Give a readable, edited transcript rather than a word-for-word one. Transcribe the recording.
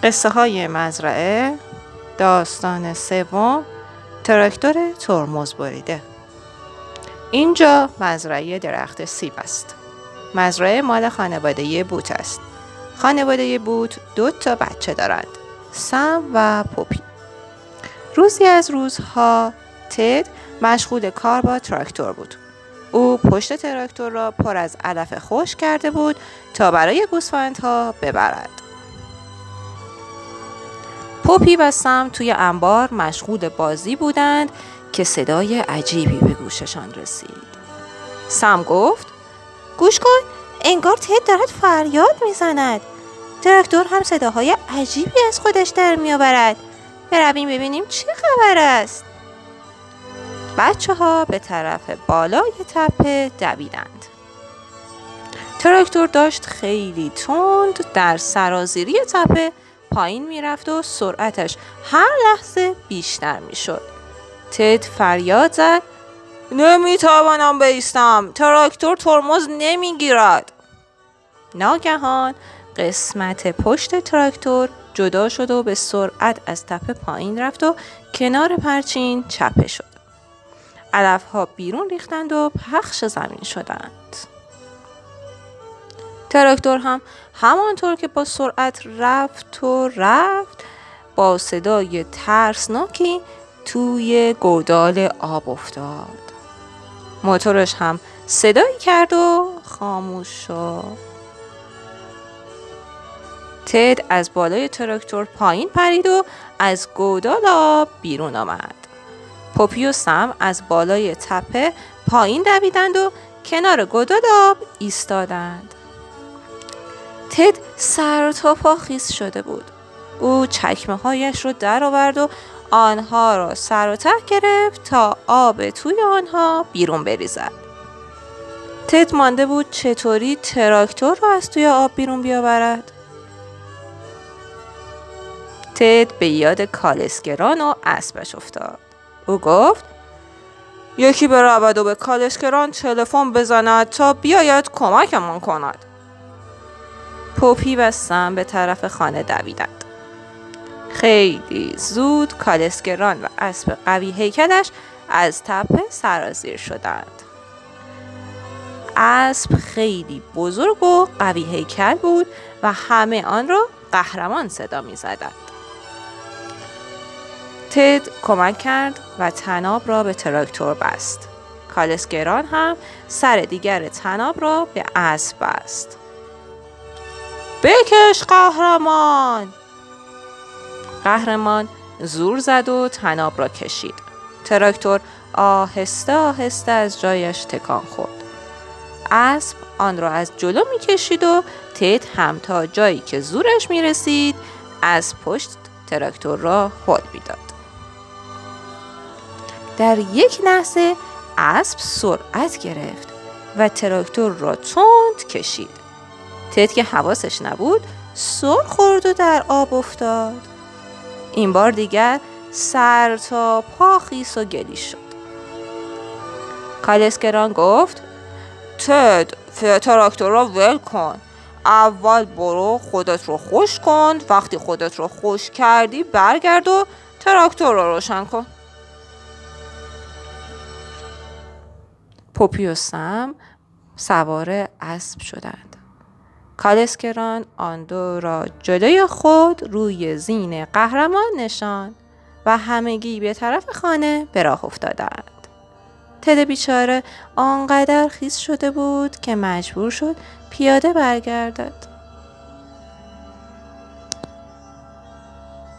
قصه های مزرعه، داستان سوم، تراکتور ترمز بریده. اینجا مزرعه درخت سیب است. مزرعه مال خانواده بوت است. خانواده بوت 2 بچه دارند، سم و پوپی. روزی از روزها تد مشغول کار با تراکتور بود. او پشت تراکتور را پر از علف خشک کرده بود تا برای گوسفندها ببرد. پوپی و سم توی انبار مشغول بازی بودند که صدای عجیبی به گوششان رسید. سم گفت: گوش کن، انگار تد دارد فریاد میزند. تراکتور هم صداهای عجیبی از خودش در میآورد. برویم ببینیم چه خبر است. بچه ها به طرف بالای تپه دویدند. تراکتور داشت خیلی تند در سرازیری تپه پایین میرفت و سرعتش هر لحظه بیشتر میشد. تد فریاد زد: نمیتوانم بایستم، تراکتور ترمز نمیگیرد. ناگهان قسمت پشت تراکتور جدا شد و به سرعت از تپه پایین رفت و کنار پرچین چپه شد. علفها بیرون ریختند و پخش زمین شدند. تراکتور هم همانطور که با سرعت رفت با صدای ترسناکی توی گودال آب افتاد. موتورش هم صدایی کرد و خاموش شد. تد از بالای تراکتور پایین پرید و از گودال آب بیرون آمد. پوپی و سم از بالای تپه پایین دویدند و کنار گودال آب ایستادند. تد سر تا پا خیس شده بود. او چکمه هایش رو در آورد و آنها را سر و ته گرفت تا آب توی آنها بیرون بریزد. تد مانده بود چطوری تراکتور را از توی آب بیرون بیاورد. تد به یاد کالسکران و اسبش افتاد. او گفت: یکی برود و به کالسکران تلفن بزند تا بیاید کمکمان کند. پوپی و سم به طرف خانه دویدند. خیلی زود کالسکران و اسب قوی هیکلش از تپه سرازیر شدند. اسب خیلی بزرگ و قوی هیکل بود و همه آن را قهرمان صدا می زدند. تد کمک کرد و طناب را به تراکتور بست. کالسکران هم سر دیگر طناب را به اسب بست. بکش قهرمان! قهرمان زور زد و طناب را کشید. تراکتور آهسته آهسته از جایش تکان خورد. اسب آن را از جلو می کشید و تد هم تا جایی که زورش می رسید از پشت تراکتور را هل می داد. در یک لحظه اسب سرعت گرفت و تراکتور را تند کشید. تد که حواسش نبود سر خورد و در آب افتاد. این بار دیگر سر تا پا خیس و گلی شد. کالسکران گفت: تد، تراکتور را ول کن. اول برو خودت رو خشک کن. وقتی خودت رو خشک کردی برگرد و تراکتور را روشن کن. پوپی و سم سوار اسب شدند. کالسکران آن 2 را جلوی خود روی زین قهرمان نشاند و همگی به طرف خانه به راه افتادند. تد بیچاره آنقدر خیس شده بود که مجبور شد پیاده برگردد.